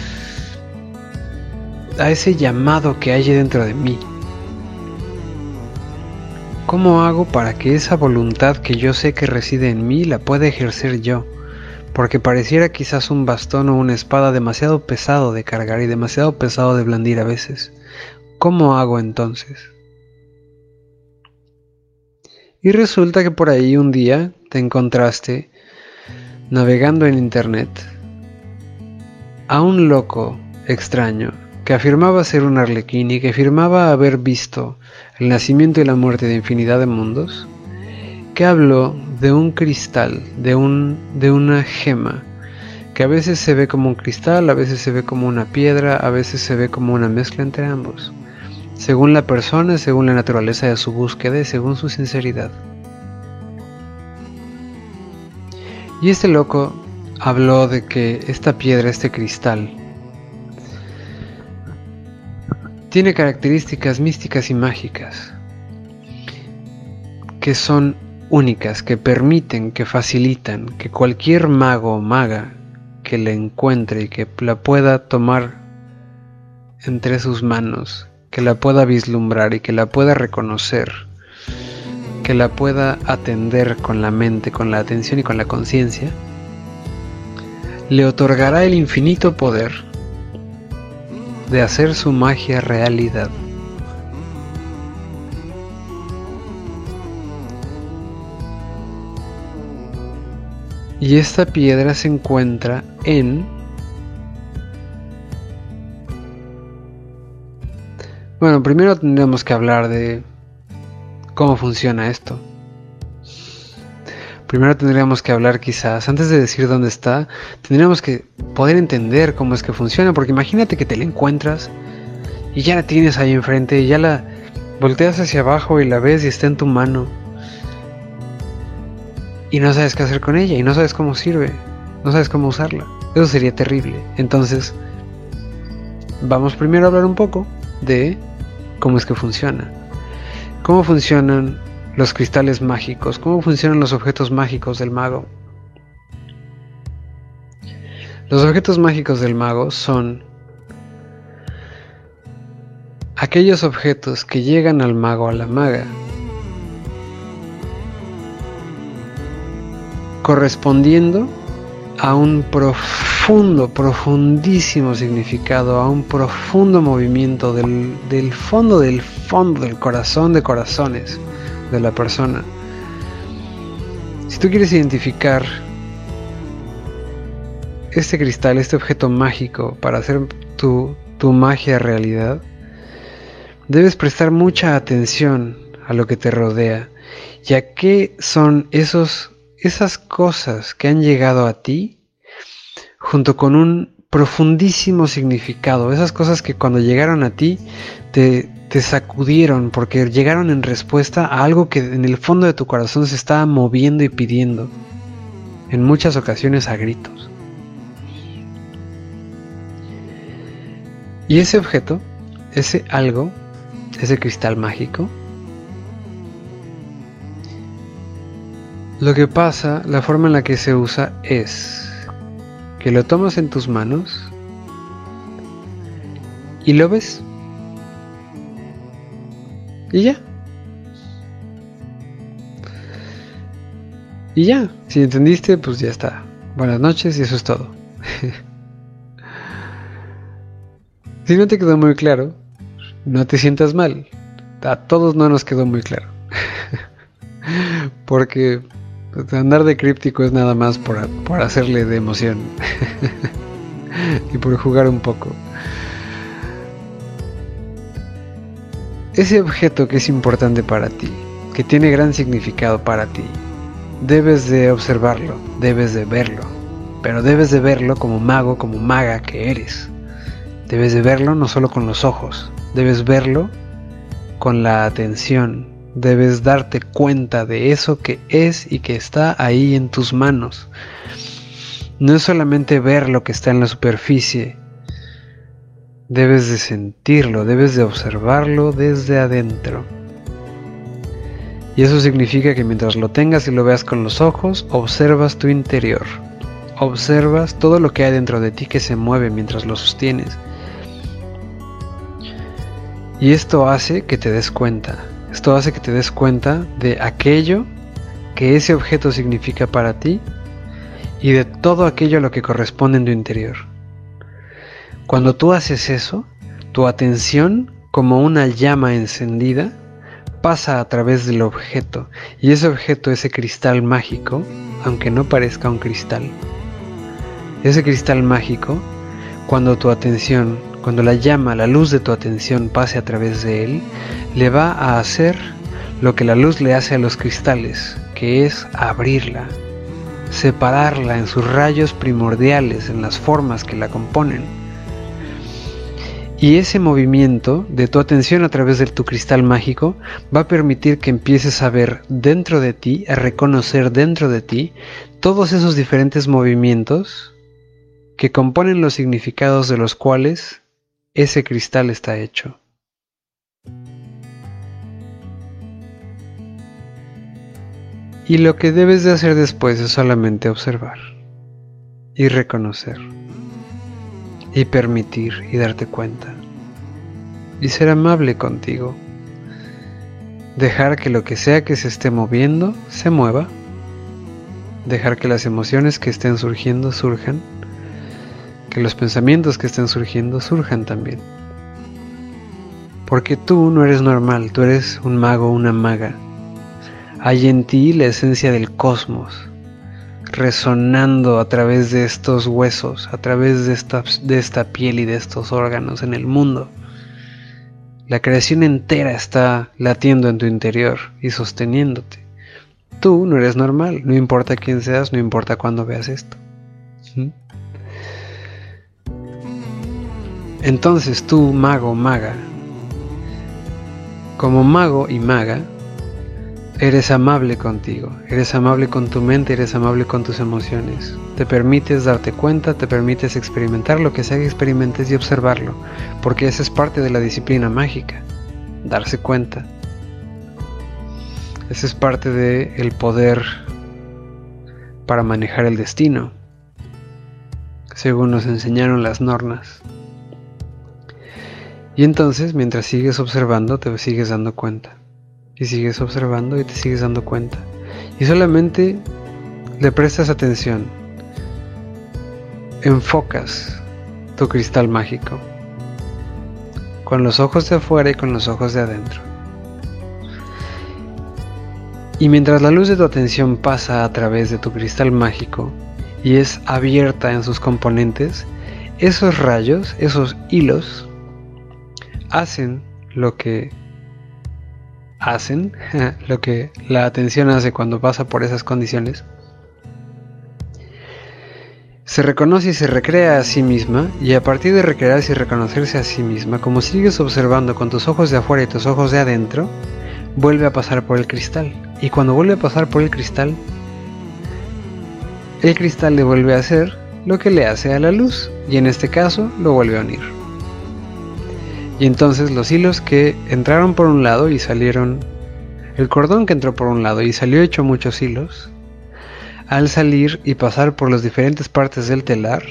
llamado que hay dentro de mí. ¿Cómo hago para que esa voluntad que yo sé que reside en mí la pueda ejercer yo? Porque pareciera quizás un bastón o una espada demasiado pesado de cargar y demasiado pesado de blandir a veces. ¿Cómo hago entonces? Y resulta que por ahí un día te encontraste navegando en internet a un loco extraño que afirmaba ser un arlequín y que afirmaba haber visto el nacimiento y la muerte de infinidad de mundos, que habló de un cristal, de una gema, que a veces se ve como un cristal, a veces se ve como una piedra, a veces se ve como una mezcla entre ambos, según la persona, según la naturaleza de su búsqueda y según su sinceridad. Y este loco habló de que esta piedra, este cristal, tiene características místicas y mágicas que son únicas, que permiten, que facilitan que cualquier mago o maga que la encuentre y que la pueda tomar entre sus manos, que la pueda vislumbrar y que la pueda reconocer, que la pueda atender con la mente, con la atención y con la conciencia, le otorgará el infinito poder de hacer su magia realidad. Y esta piedra se encuentra en... Bueno, primero tendríamos que hablar de cómo funciona esto. Primero tendríamos que hablar quizás, antes de decir dónde está, tendríamos que poder entender cómo es que funciona, porque imagínate que te la encuentras y ya la tienes ahí enfrente y ya la volteas hacia abajo y la ves y está en tu mano. Y no sabes qué hacer con ella, y no sabes cómo sirve, no sabes cómo usarla. Eso sería terrible. Entonces, vamos primero a hablar un poco de cómo es que funciona. Cómo funcionan los cristales mágicos, cómo funcionan los objetos mágicos del mago. Los objetos mágicos del mago son aquellos objetos que llegan al mago o a la maga correspondiendo a un profundísimo significado, a un profundo movimiento del fondo del corazón de corazones de la persona. Si tú quieres identificar este cristal, este objeto mágico para hacer tu magia realidad, debes prestar mucha atención a lo que te rodea y a qué son esas cosas que han llegado a ti junto con un profundísimo significado, esas cosas que cuando llegaron a ti te sacudieron porque llegaron en respuesta a algo que en el fondo de tu corazón se estaba moviendo y pidiendo, en muchas ocasiones a gritos. Y ese objeto, ese algo, ese cristal mágico, lo que pasa, la forma en la que se usa es que lo tomas en tus manos y lo ves. Y ya. Y ya. Si entendiste, pues ya está. Buenas noches y eso es todo. Si no te quedó muy claro, no te sientas mal. A todos no nos quedó muy claro. Porque andar de críptico es nada más por hacerle de emoción. Y por jugar un poco. Ese objeto que es importante para ti, que tiene gran significado para ti, debes de observarlo, debes de verlo, pero debes de verlo como mago, como maga que eres. Debes de verlo no solo con los ojos, debes verlo con la atención, debes darte cuenta de eso que es y que está ahí en tus manos. No es solamente ver lo que está en la superficie, debes de sentirlo, debes de observarlo desde adentro. Y eso significa que mientras lo tengas y lo veas con los ojos, observas tu interior. Observas todo lo que hay dentro de ti que se mueve mientras lo sostienes. Y esto hace que te des cuenta. Esto hace que te des cuenta de aquello que ese objeto significa para ti y de todo aquello a lo que corresponde en tu interior. Cuando tú haces eso, tu atención, como una llama encendida, pasa a través del objeto, y ese objeto, ese cristal mágico, aunque no parezca un cristal, ese cristal mágico, cuando tu atención, cuando la llama, la luz de tu atención pase a través de él, le va a hacer lo que la luz le hace a los cristales, que es abrirla, separarla en sus rayos primordiales, en las formas que la componen. Y ese movimiento de tu atención a través de tu cristal mágico va a permitir que empieces a ver dentro de ti, a reconocer dentro de ti todos esos diferentes movimientos que componen los significados de los cuales ese cristal está hecho. Y lo que debes de hacer después es solamente observar y reconocer. Y permitir y darte cuenta. Y ser amable contigo. Dejar que lo que sea que se esté moviendo se mueva. Dejar que las emociones que estén surgiendo surjan. Que los pensamientos que estén surgiendo surjan también. Porque tú no eres normal, tú eres un mago, una maga. Hay en ti la esencia del cosmos, resonando a través de estos huesos, a través de esta piel y de estos órganos en el mundo. La creación entera está latiendo en tu interior y sosteniéndote. Tú no eres normal, no importa quién seas, no importa cuándo veas esto. Entonces tú, mago, maga, como mago y maga, eres amable contigo, eres amable con tu mente, eres amable con tus emociones. Te permites darte cuenta, te permites experimentar lo que sea que experimentes y observarlo, porque esa es parte de la disciplina mágica, darse cuenta. Esa es parte del poder para manejar el destino, según nos enseñaron las nornas. Y entonces, mientras sigues observando, te sigues dando cuenta. Y sigues observando y te sigues dando cuenta. Y solamente le prestas atención, enfocas tu cristal mágico con los ojos de afuera y con los ojos de adentro. Y mientras la luz de tu atención pasa a través de tu cristal mágico y es abierta en sus componentes, esos rayos, esos hilos, hacen lo que la atención hace cuando pasa por esas condiciones. Se reconoce y se recrea a sí misma, y a partir de recrearse y reconocerse a sí misma, como sigues observando con tus ojos de afuera y tus ojos de adentro, vuelve a pasar por el cristal. Y cuando vuelve a pasar por el cristal le vuelve a hacer lo que le hace a la luz, y en este caso lo vuelve a unir. Y entonces los hilos que entraron por un lado y salieron, el cordón que entró por un lado y salió hecho muchos hilos, al salir y pasar por las diferentes partes del telar,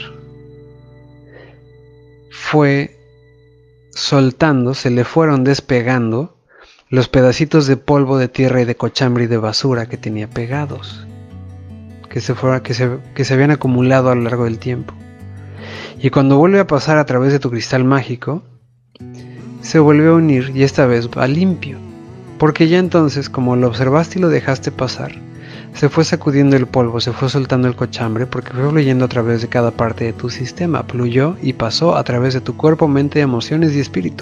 fue soltando, se le fueron despegando los pedacitos de polvo, de tierra y de cochambre y de basura que tenía pegados, que se habían acumulado a lo largo del tiempo. Y cuando vuelve a pasar a través de tu cristal mágico, se vuelve a unir, y esta vez va limpio, porque ya entonces, como lo observaste y lo dejaste pasar, se fue sacudiendo el polvo, se fue soltando el cochambre, porque fue fluyendo a través de cada parte de tu sistema, fluyó y pasó a través de tu cuerpo, mente, emociones y espíritu.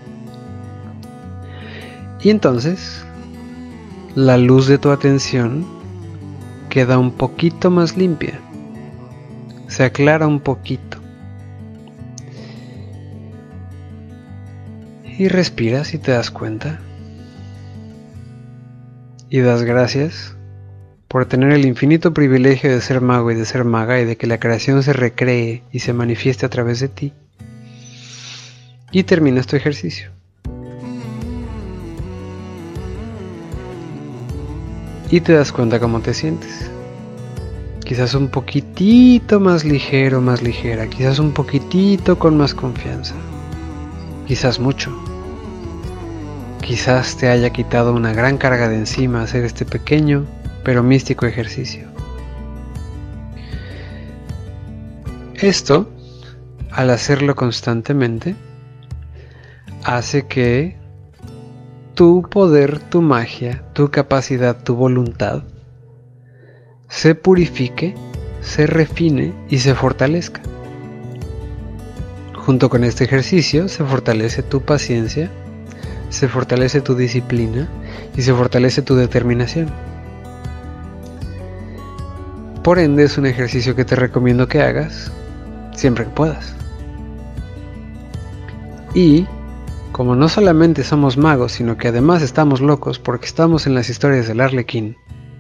Y entonces, la luz de tu atención queda un poquito más limpia, se aclara un poquito. Y respiras y te das cuenta. Y das gracias por tener el infinito privilegio de ser mago y de ser maga, y de que la creación se recree y se manifieste a través de ti. Y terminas tu ejercicio. Y te das cuenta cómo te sientes. Quizás un poquitito más ligero, más ligera. Quizás un poquitito con más confianza. Quizás mucho. Quizás te haya quitado una gran carga de encima hacer este pequeño pero místico ejercicio. Esto, al hacerlo constantemente, hace que tu poder, tu magia, tu capacidad, tu voluntad se purifique, se refine y se fortalezca. Junto con este ejercicio se fortalece tu paciencia, se fortalece tu disciplina y se fortalece tu determinación. Por ende, es un ejercicio que te recomiendo que hagas siempre que puedas. Y como no solamente somos magos, sino que además estamos locos porque estamos en las historias del Arlequín,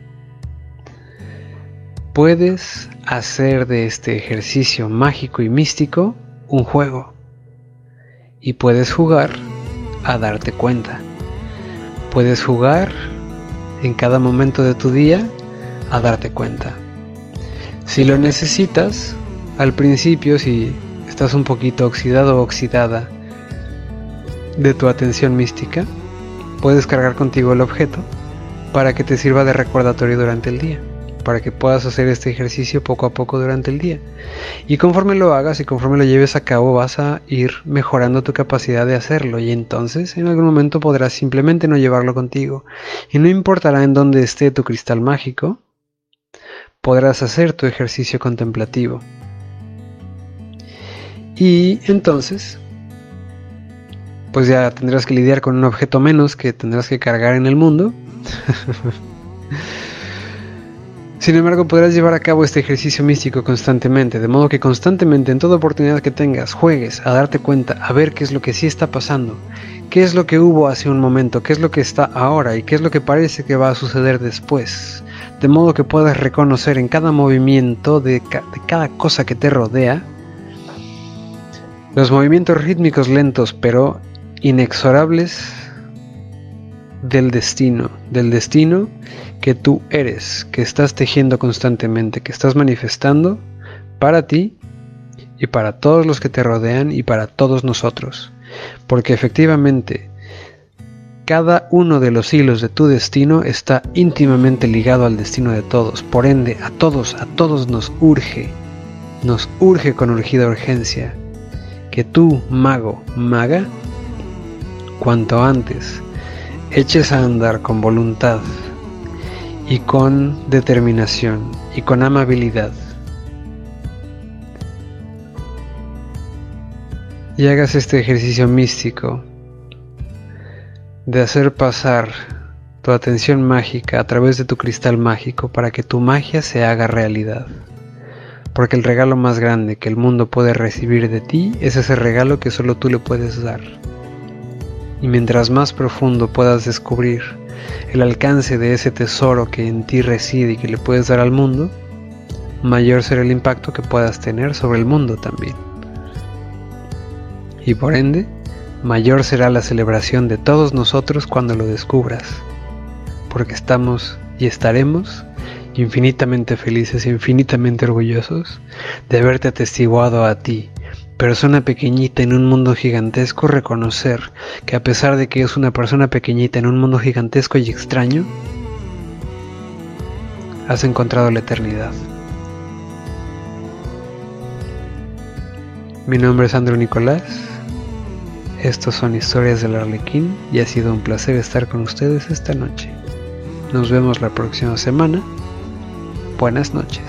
puedes hacer de este ejercicio mágico y místico un juego. Y puedes jugar a darte cuenta. Puedes jugar en cada momento de tu día a darte cuenta. Si lo necesitas, al principio, si estás un poquito oxidado o oxidada de tu atención mística, puedes cargar contigo el objeto para que te sirva de recordatorio durante el día, para que puedas hacer este ejercicio poco a poco durante el día. Y conforme lo hagas y conforme lo lleves a cabo, vas a ir mejorando tu capacidad de hacerlo, y entonces en algún momento podrás simplemente no llevarlo contigo, y no importará en dónde esté tu cristal mágico, podrás hacer tu ejercicio contemplativo. Y entonces, pues ya tendrás que lidiar con un objeto menos que tendrás que cargar en el mundo. Sin embargo, podrás llevar a cabo este ejercicio místico constantemente, de modo que constantemente, en toda oportunidad que tengas, juegues a darte cuenta, a ver qué es lo que sí está pasando, qué es lo que hubo hace un momento, qué es lo que está ahora y qué es lo que parece que va a suceder después, de modo que puedas reconocer en cada movimiento de cada cosa que te rodea los movimientos rítmicos lentos pero inexorables del destino que tú eres, que estás tejiendo constantemente, que estás manifestando para ti y para todos los que te rodean y para todos nosotros, porque efectivamente cada uno de los hilos de tu destino está íntimamente ligado al destino de todos. Por ende, a todos nos urge con urgida urgencia que tú, mago, maga, cuanto antes eches a andar con voluntad y con determinación y con amabilidad y hagas este ejercicio místico de hacer pasar tu atención mágica a través de tu cristal mágico para que tu magia se haga realidad. Porque el regalo más grande que el mundo puede recibir de ti es ese regalo que solo tú le puedes dar. Y mientras más profundo puedas descubrir el alcance de ese tesoro que en ti reside y que le puedes dar al mundo, mayor será el impacto que puedas tener sobre el mundo también. Y por ende, mayor será la celebración de todos nosotros cuando lo descubras, porque estamos y estaremos infinitamente felices e infinitamente orgullosos de haberte atestiguado a ti, persona pequeñita en un mundo gigantesco, reconocer que a pesar de que es una persona pequeñita en un mundo gigantesco y extraño, has encontrado la eternidad. Mi nombre es Andrew Nicolás. Estos son Historias del Arlequín y ha sido un placer estar con ustedes esta noche. Nos vemos la próxima semana. Buenas noches.